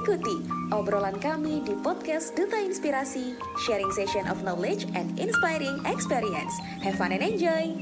Ikuti obrolan kami di podcast Duta Inspirasi, sharing session of knowledge and inspiring experience. Have fun and enjoy!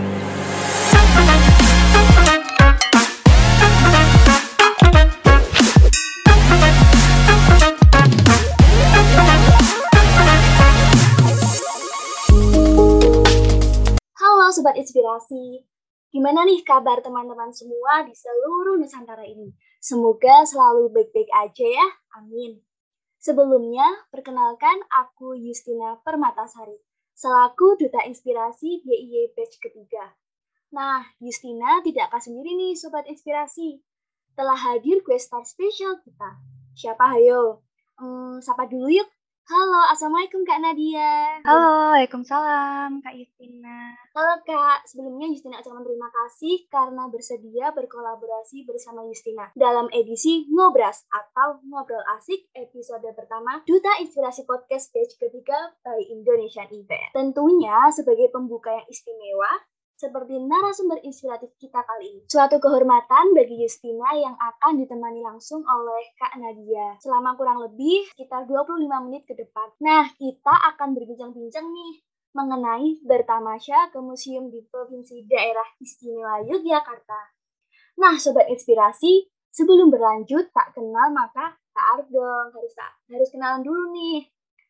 Halo Sobat Inspirasi, gimana nih kabar teman-teman semua di seluruh Nusantara ini? Semoga selalu baik-baik aja ya, amin. Sebelumnya, perkenalkan aku Justina Permatasari, selaku Duta Inspirasi DIY Batch ketiga. Nah, Justina tidak akan sendiri nih Sobat Inspirasi. Telah hadir guest star spesial kita. Siapa hayo? Sapa dulu yuk. Halo, Assalamualaikum Kak Nadia. Halo, Waalaikumsalam Kak Justina. Halo Kak, sebelumnya Justina ucapkan terima kasih karena bersedia berkolaborasi bersama Justina dalam edisi Ngobras atau Ngobrol Asik episode pertama Duta Inspirasi Podcast Batch ketiga by Indonesian Event. Tentunya sebagai pembuka yang istimewa, seperti narasumber inspiratif kita kali ini. Suatu kehormatan bagi Justina yang akan ditemani langsung oleh Kak Nadia selama kurang lebih sekitar 25 menit ke depan. Nah, kita akan berbincang-bincang nih mengenai bertamasya ke museum di Provinsi Daerah Istimewa Yogyakarta. Nah, Sobat Inspirasi, sebelum berlanjut tak kenal maka tak harus dong, harus kenalan dulu nih.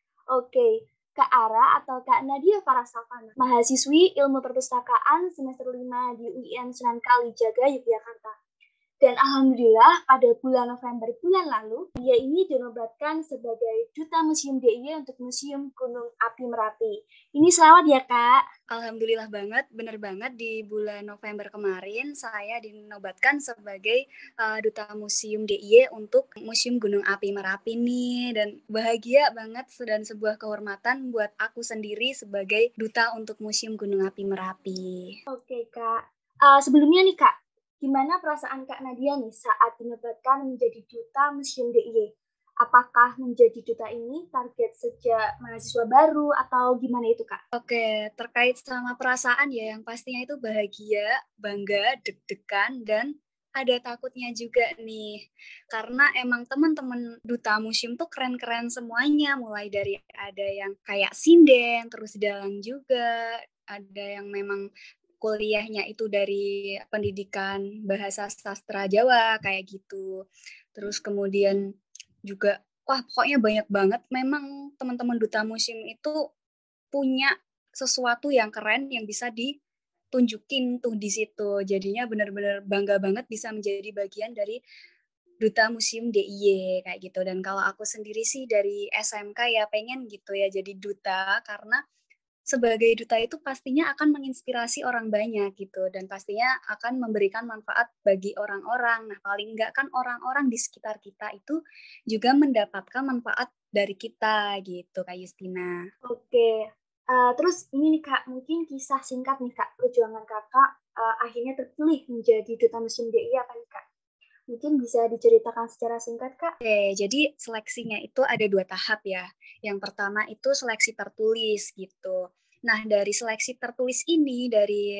Oke, Kak Ara atau Kak Nadia Farasafana, mahasiswi Ilmu Perpustakaan semester 5 di UIN Sunan Kalijaga, Yogyakarta. Dan alhamdulillah pada bulan November bulan lalu, dia ini dinobatkan sebagai Duta Museum DIY untuk Museum Gunung Api Merapi. Ini selamat ya Kak. Alhamdulillah banget, bener banget di bulan November kemarin saya dinobatkan sebagai Duta Museum DIY untuk Museum Gunung Api Merapi nih. Dan bahagia banget dan sebuah kehormatan buat aku sendiri sebagai Duta untuk Museum Gunung Api Merapi. Oke Kak, sebelumnya nih Kak, gimana perasaan Kak Nadia nih saat dinobatkan menjadi Duta Museum DIY? Apakah menjadi duta ini target sejak mahasiswa baru atau gimana itu Kak? Oke, terkait sama perasaan ya, yang pastinya itu bahagia, bangga, deg-degan, dan ada takutnya juga nih. Karena emang teman-teman duta museum tuh keren-keren semuanya, mulai dari ada yang kayak sinden, terus dalang juga, ada yang memang kuliahnya itu dari pendidikan bahasa sastra Jawa kayak gitu. Terus kemudian juga wah pokoknya banyak banget memang teman-teman duta museum itu punya sesuatu yang keren yang bisa ditunjukin tuh di situ. Jadinya benar-benar bangga banget bisa menjadi bagian dari Duta Museum DIY kayak gitu. Dan kalau aku sendiri sih dari SMK ya pengen gitu ya jadi duta, karena sebagai duta itu pastinya akan menginspirasi orang banyak gitu, dan pastinya akan memberikan manfaat bagi orang-orang. Nah, paling enggak kan orang-orang di sekitar kita itu juga mendapatkan manfaat dari kita gitu, Kak Justina. Oke, terus ini nih Kak, mungkin kisah singkat nih Kak, perjuangan Kakak akhirnya terpilih menjadi Duta Museum DIY apa nih Kak? Mungkin bisa diceritakan secara singkat Kak? Oke, jadi seleksinya itu ada 2 tahap ya. Yang pertama itu seleksi tertulis gitu. Nah, dari seleksi tertulis ini dari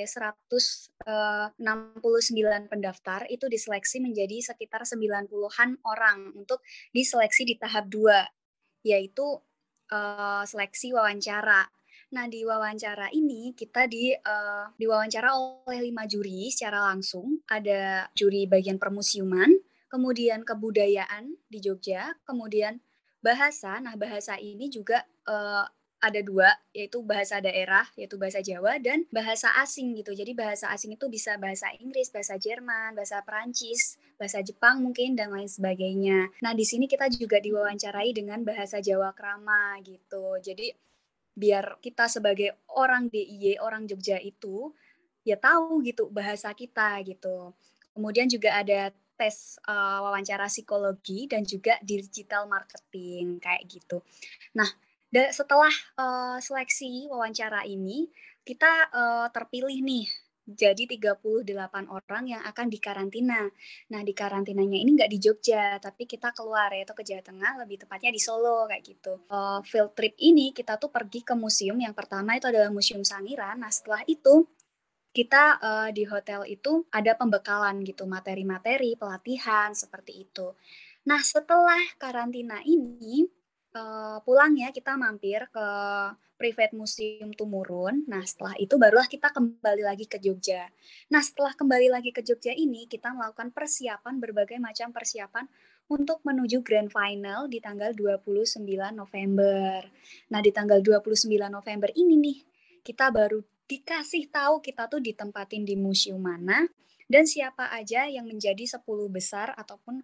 169 pendaftar itu diseleksi menjadi sekitar 90-an orang untuk diseleksi di tahap 2, yaitu seleksi wawancara. Nah, di wawancara ini kita diwawancara oleh 5 juri secara langsung. Ada juri bagian permusiuman, kemudian kebudayaan di Jogja, kemudian bahasa. Nah, bahasa ini juga ada 2, yaitu bahasa daerah, yaitu bahasa Jawa, dan bahasa asing gitu. Jadi bahasa asing itu bisa bahasa Inggris, bahasa Jerman, bahasa Perancis, bahasa Jepang mungkin, dan lain sebagainya. Nah, di sini kita juga diwawancarai dengan bahasa Jawa Krama gitu. Jadi biar kita sebagai orang DIY, orang Jogja itu ya tahu gitu bahasa kita gitu. Kemudian juga ada tes wawancara psikologi dan juga digital marketing kayak gitu. Nah, setelah seleksi wawancara ini, kita terpilih nih jadi 38 orang yang akan dikarantina. Nah, di karantinanya ini nggak di Jogja, tapi kita keluar yaitu ke Jawa Tengah, lebih tepatnya di Solo kayak gitu. Field trip ini kita tuh pergi ke museum. Yang pertama itu adalah Museum Sangiran. Nah, setelah itu kita di hotel itu ada pembekalan gitu, materi-materi, pelatihan seperti itu. Nah, setelah karantina ini, pulang ya kita mampir ke Private Museum Tumurun. Nah, setelah itu barulah kita kembali lagi ke Jogja. Nah, setelah kembali lagi ke Jogja ini, kita melakukan persiapan, berbagai macam persiapan untuk menuju grand final di tanggal 29 November. Nah, di tanggal 29 November ini nih, kita baru dikasih tahu kita tuh ditempatin di museum mana dan siapa aja yang menjadi 10 besar ataupun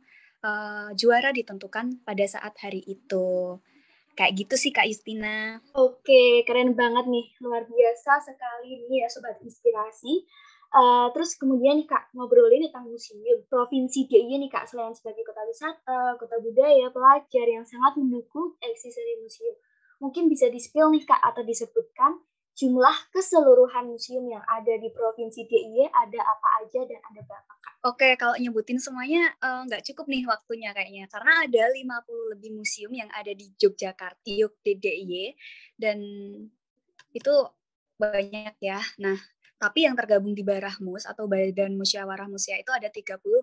juara ditentukan pada saat hari itu. Kayak gitu sih Kak Justina. Oke, keren banget nih. Luar biasa sekali nih ya Sobat Inspirasi. Terus kemudian nih Kak, ngobrolin tentang museum. Provinsi DIY nih Kak, selain sebagai kota wisata, kota budaya, pelajar yang sangat mendukung eksistensi museum. Mungkin bisa di-spill nih Kak, atau disebutkan jumlah keseluruhan museum yang ada di Provinsi DIY ada apa aja dan ada berapa Kak? Oke, kalau nyebutin semuanya nggak cukup nih waktunya kayaknya. Karena ada 50 lebih museum yang ada di Yogyakarta, di DIY, dan itu banyak ya. Nah, tapi yang tergabung di Barahmus atau Badan Musyawarah Musia itu ada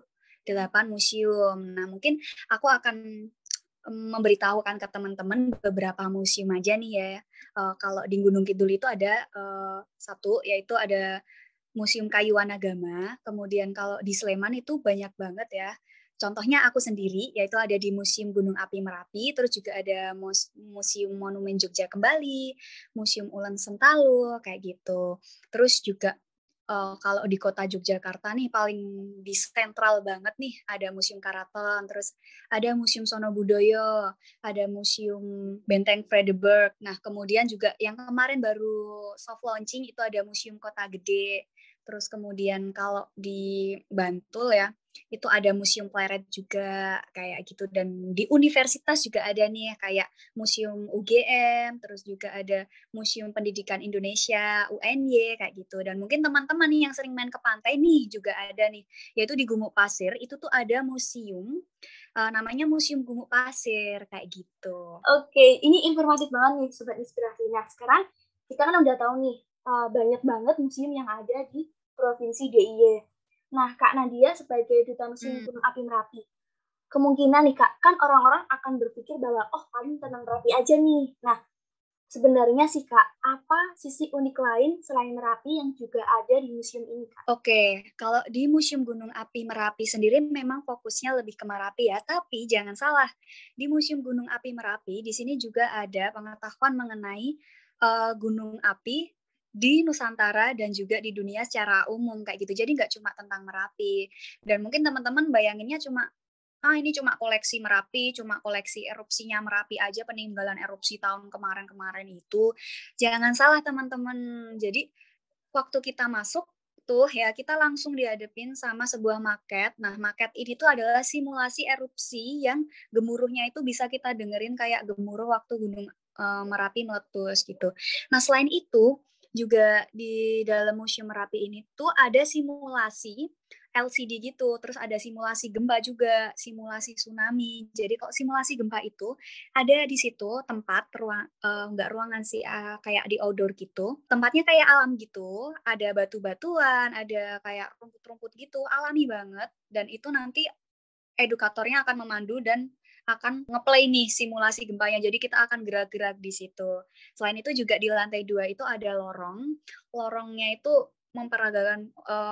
38 museum. Nah, mungkin aku akan memberitahukan ke teman-teman beberapa museum aja nih ya. Kalau di Gunung Kidul itu ada satu, yaitu ada Museum Kayu Wanagama. Kemudian kalau di Sleman itu banyak banget ya. Contohnya aku sendiri, yaitu ada di Museum Gunung Api Merapi, terus juga ada Museum Monumen Jogja Kembali, Museum Ulen Sentalu, kayak gitu. Terus juga kalau di kota Yogyakarta nih paling di sentral banget nih ada Museum Karaton, terus ada Museum Sono Budoyo, ada Museum Benteng Frederberg. Nah, kemudian juga yang kemarin baru soft launching itu ada Museum Kota Gede. Terus kemudian kalau di Bantul ya, itu ada Museum Pleret juga kayak gitu, dan di universitas juga ada nih kayak Museum UGM, terus juga ada Museum Pendidikan Indonesia, UNY, kayak gitu. Dan mungkin teman-teman nih yang sering main ke pantai nih juga ada nih, yaitu di Gumuk Pasir, itu tuh ada museum, namanya Museum Gumuk Pasir, kayak gitu. Oke, ini informatif banget nih Sobat Inspirasi. Nah, sekarang kita kan udah tahu nih, banyak banget museum yang ada di Provinsi DIY. Nah, Kak Nadia sebagai Duta Museum Hmm. Gunung Api Merapi, kemungkinan nih Kak, kan orang-orang akan berpikir bahwa, oh paling tenang Merapi aja nih. Nah, sebenarnya sih Kak, apa sisi unik lain selain Merapi yang juga ada di museum ini Kak? Oke, kalau di Museum Gunung Api Merapi sendiri memang fokusnya lebih ke Merapi ya, tapi jangan salah, di Museum Gunung Api Merapi di sini juga ada pengetahuan mengenai gunung api di Nusantara dan juga di dunia secara umum kayak gitu. Jadi nggak cuma tentang Merapi. Dan mungkin teman-teman bayanginnya cuma ini cuma koleksi Merapi, cuma koleksi erupsinya Merapi aja, peninggalan erupsi tahun kemarin-kemarin itu. Jangan salah teman-teman. Jadi waktu kita masuk tuh ya, kita langsung dihadapin sama sebuah maket. Nah, maket ini tuh adalah simulasi erupsi yang gemuruhnya itu bisa kita dengerin kayak gemuruh waktu gunung Merapi meletus gitu. Nah, selain itu juga di dalam Museum Merapi ini tuh ada simulasi LCD gitu, terus ada simulasi gempa juga, simulasi tsunami. Jadi kalau simulasi gempa itu ada di situ tempat nggak ruangan sih, kayak di outdoor gitu. Tempatnya kayak alam gitu, ada batu-batuan, ada kayak rumput-rumput gitu, alami banget. Dan itu nanti edukatornya akan memandu dan akan ngeplay nih simulasi gempanya. Jadi kita akan gerak-gerak di situ. Selain itu juga di lantai 2 itu ada lorong. Lorongnya itu memperagakan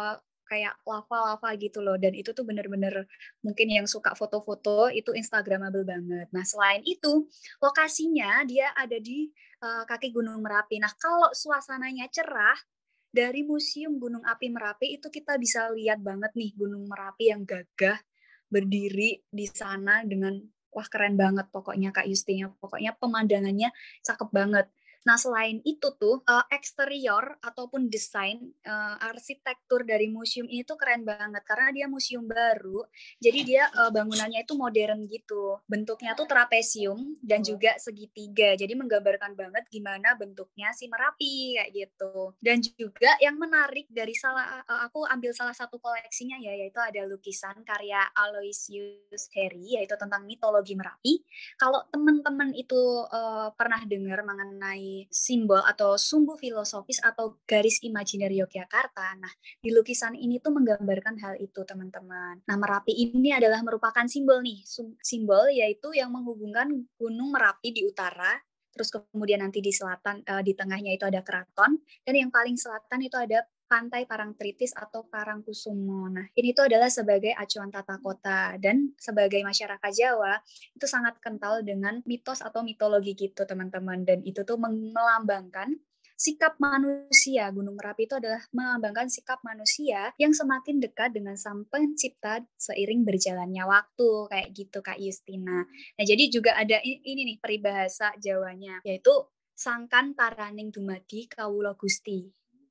kayak lava-lava gitu loh. Dan itu tuh bener-bener mungkin yang suka foto-foto itu instagramable banget. Nah, selain itu lokasinya dia ada di kaki Gunung Merapi. Nah, kalau suasananya cerah dari Museum Gunung Api Merapi itu kita bisa lihat banget nih Gunung Merapi yang gagah berdiri di sana dengan wah keren banget pokoknya Kak Yustinya. Pokoknya pemandangannya cakep banget. Nah, selain itu tuh eksterior ataupun desain arsitektur dari museum ini tuh keren banget karena dia museum baru. Jadi dia bangunannya itu modern gitu. Bentuknya tuh trapesium dan juga segitiga. Jadi menggambarkan banget gimana bentuknya si Merapi kayak gitu. Dan juga yang menarik dari aku ambil salah satu koleksinya ya, yaitu ada lukisan karya Aloysius Heri yaitu tentang mitologi Merapi. Kalau teman-teman itu pernah dengar mengenai dari simbol atau sumbu filosofis atau garis imajiner Yogyakarta. Nah, di lukisan ini tuh menggambarkan hal itu, teman-teman. Nah, Merapi ini adalah merupakan simbol nih, simbol yaitu yang menghubungkan Gunung Merapi di utara, terus kemudian nanti di selatan, di tengahnya itu ada keraton, dan yang paling selatan itu ada Pantai Parangtritis atau Parangkusumo. Nah, ini tuh adalah sebagai acuan tata kota, dan sebagai masyarakat Jawa itu sangat kental dengan mitos atau mitologi gitu, teman-teman. Dan itu tuh melambangkan sikap manusia. Gunung Merapi itu adalah melambangkan sikap manusia yang semakin dekat dengan Sang Pencipta seiring berjalannya waktu, kayak gitu Kak Justina. Nah, jadi juga ada ini nih peribahasa Jawanya, yaitu sangkan paraning dumadi kawula Gusti,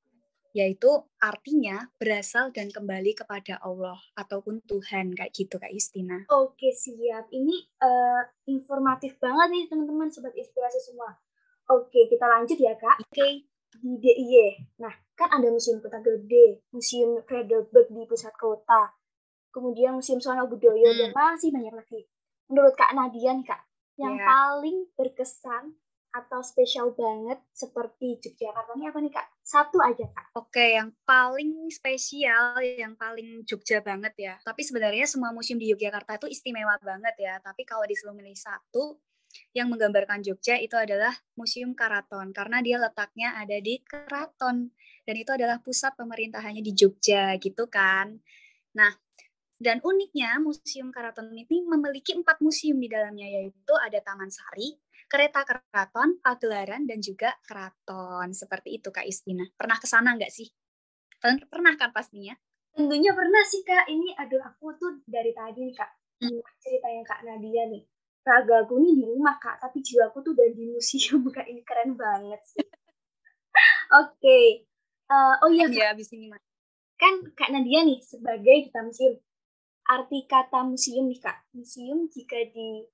yaitu artinya berasal dan kembali kepada Allah ataupun Tuhan, kayak gitu Kak Justina. Oke, siap. Ini informatif banget nih teman-teman Sobat Inspirasi semua. Oke, kita lanjut ya Kak. Oke. Di DIY. Nah, kan ada Museum Kota Gede, Museum Frederiksberg di pusat kota, kemudian Museum Sono Budoyo, dan masih banyak lagi. Menurut Kak Nadia nih Kak, yang paling berkesan atau spesial banget seperti Yogyakarta ini apa nih Kak? Satu aja Kak. Oke, yang paling spesial, yang paling Jogja banget ya. Tapi sebenarnya semua museum di Yogyakarta itu istimewa banget ya. Tapi kalau disuruh milih satu yang menggambarkan Jogja itu adalah Museum Keraton. Karena dia letaknya ada di Keraton. Dan itu adalah pusat pemerintahannya di Jogja gitu kan. Nah, dan uniknya Museum Keraton ini memiliki 4 museum di dalamnya, yaitu ada Taman Sari, Kereta Keraton, Pagelaran, dan juga Keraton. Seperti itu Kak Istina. Pernah kesana nggak sih? Pernah kan pastinya? Tentunya pernah sih Kak. Ini aku tuh dari tadi nih Kak, cerita yang Kak Nadia nih. Ragaku nih di rumah Kak, tapi jiwaku tuh udah di museum Kak. Ini keren banget sih. Oke. Oh iya Kak. Ya, abis ini Kan Kak Nadia nih sebagai duta museum. Arti kata museum nih Kak. Museum jika di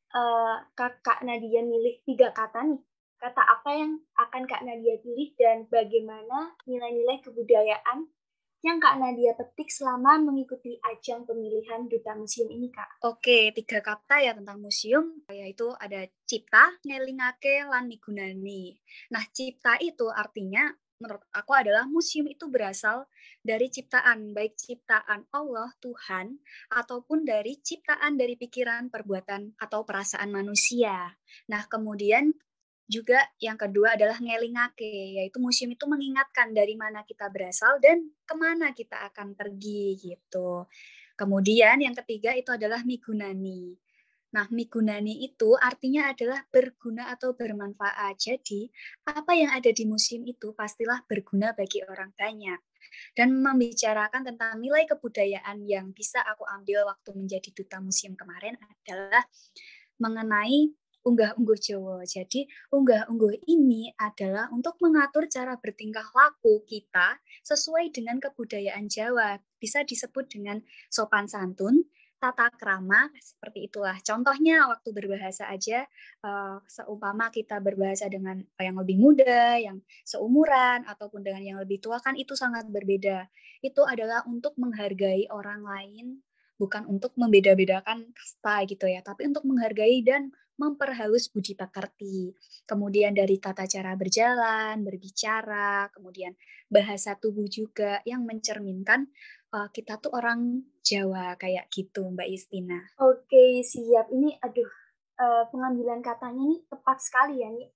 Kak Nadia milih 3 kata nih, kata apa yang akan Kak Nadia pilih dan bagaimana nilai-nilai kebudayaan yang Kak Nadia petik selama mengikuti ajang pemilihan duta museum ini Kak? Oke, 3 kata ya tentang museum, yaitu ada cipta, ngelingake, lan migunani. Nah, cipta itu artinya menurut aku adalah museum itu berasal dari ciptaan, baik ciptaan Allah, Tuhan, ataupun dari ciptaan dari pikiran, perbuatan, atau perasaan manusia. Nah, kemudian juga yang kedua adalah ngelingake, yaitu museum itu mengingatkan dari mana kita berasal dan kemana kita akan pergi gitu. Kemudian yang ketiga itu adalah migunani. Nah, migunani itu artinya adalah berguna atau bermanfaat. Jadi, apa yang ada di museum itu pastilah berguna bagi orang banyak. Dan membicarakan tentang nilai kebudayaan yang bisa aku ambil waktu menjadi duta museum kemarin adalah mengenai unggah-ungguh Jawa. Jadi, unggah-ungguh ini adalah untuk mengatur cara bertingkah laku kita sesuai dengan kebudayaan Jawa. Bisa disebut dengan sopan santun, tata krama, seperti itulah. Contohnya waktu berbahasa aja, seumpama kita berbahasa dengan yang lebih muda, yang seumuran, ataupun dengan yang lebih tua, kan itu sangat berbeda. Itu adalah untuk menghargai orang lain, bukan untuk membeda-bedakan kasta gitu ya, tapi untuk menghargai dan memperhalus budi pekerti. Kemudian dari tata cara berjalan, berbicara, kemudian bahasa tubuh juga yang mencerminkan kita tuh orang Jawa kayak gitu, Mbak Istina. Oke, siap. Ini pengambilan katanya nih tepat sekali ya nih.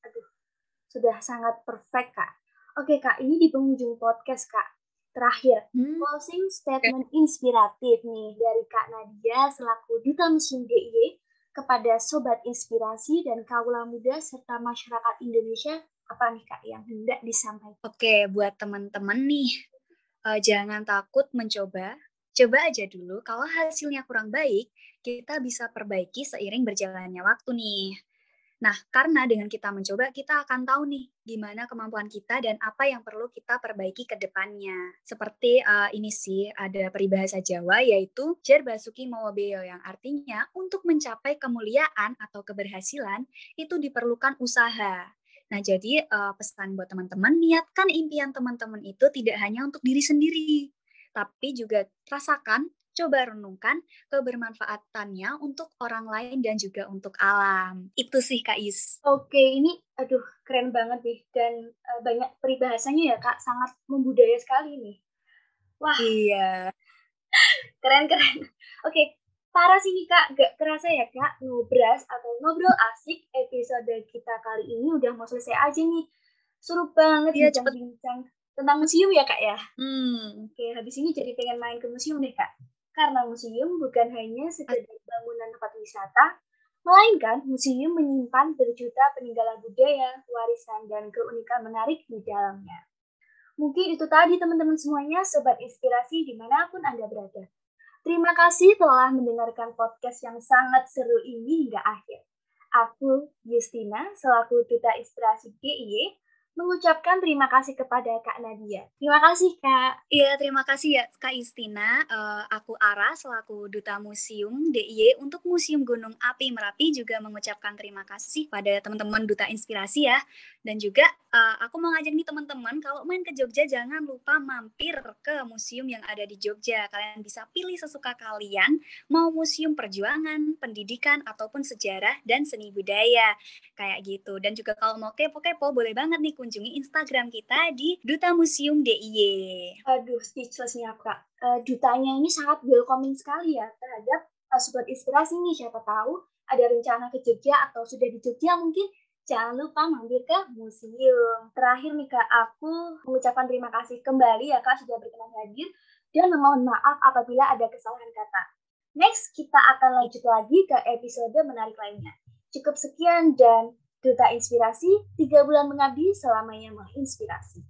Sudah sangat perfect Kak. Oke Kak, ini di penghujung podcast Kak. Terakhir, closing statement inspiratif nih dari Kak Nadia selaku Duta Museum DIY kepada Sobat Inspirasi dan kaula muda serta masyarakat Indonesia, apa nih Kak yang hendak disampaikan? Oke, buat teman-teman nih, jangan takut mencoba. Coba aja dulu, kalau hasilnya kurang baik, kita bisa perbaiki seiring berjalannya waktu nih. Nah, karena dengan kita mencoba, kita akan tahu nih gimana kemampuan kita dan apa yang perlu kita perbaiki ke depannya. Seperti ini sih, ada peribahasa Jawa yaitu Jar Basuki Mawa Beo, yang artinya untuk mencapai kemuliaan atau keberhasilan itu diperlukan usaha. Nah, jadi pesan buat teman-teman, niatkan impian teman-teman itu tidak hanya untuk diri sendiri, tapi juga rasakan Coba renungkan kebermanfaatannya untuk orang lain dan juga untuk alam. Itu sih Kak Is. Oke, ini aduh keren banget nih dan banyak peribahasanya ya Kak, sangat membudaya sekali nih. Wah, Iya. keren. Oke, parah sih nih Kak, gak kerasa ya Kak, ngobras atau ngobrol asik episode kita kali ini udah mau selesai aja nih. Seru banget Iya cepet. bincang-bincang tentang museum ya Kak ya. Hmm. Oke, habis ini jadi pengen main ke museum deh Kak. Karena museum bukan hanya sekedar bangunan tempat wisata, melainkan museum menyimpan berjuta peninggalan budaya, warisan, dan keunikan menarik di dalamnya. Mungkin itu tadi teman-teman semuanya, Sobat Inspirasi dimanapun Anda berada. Terima kasih telah mendengarkan podcast yang sangat seru ini hingga akhir. Aku, Justina, selaku Duta Inspirasi DIY, mengucapkan terima kasih kepada Kak Nadia. Terima kasih, Kak. Iya, terima kasih ya Kak Istina. Aku Ara selaku Duta Museum DIY untuk Museum Gunung Api Merapi juga mengucapkan terima kasih pada teman-teman Duta Inspirasi ya. Dan juga aku mau ngajak nih teman-teman kalau main ke Jogja jangan lupa mampir ke museum yang ada di Jogja. Kalian bisa pilih sesuka kalian, mau museum perjuangan, pendidikan, ataupun sejarah dan seni budaya. Kayak gitu. Dan juga kalau mau kepo-kepo boleh banget nih kunjungi Instagram kita di Duta Museum DIY. Aduh, speechless nih aku, Kak. Dutanya ini sangat welcoming sekali ya terhadap Sobat Inspirasi nih. Siapa tahu ada rencana ke Jogja atau sudah di Jogja mungkin jangan lupa mampir ke museum. Terakhir nih Kak, aku mengucapkan terima kasih kembali ya Kak sudah berkenan hadir dan memohon maaf apabila ada kesalahan kata. Next, kita akan lanjut lagi ke episode menarik lainnya. Cukup sekian dan Duta Inspirasi, 3 bulan mengabdi selamanya menginspirasi.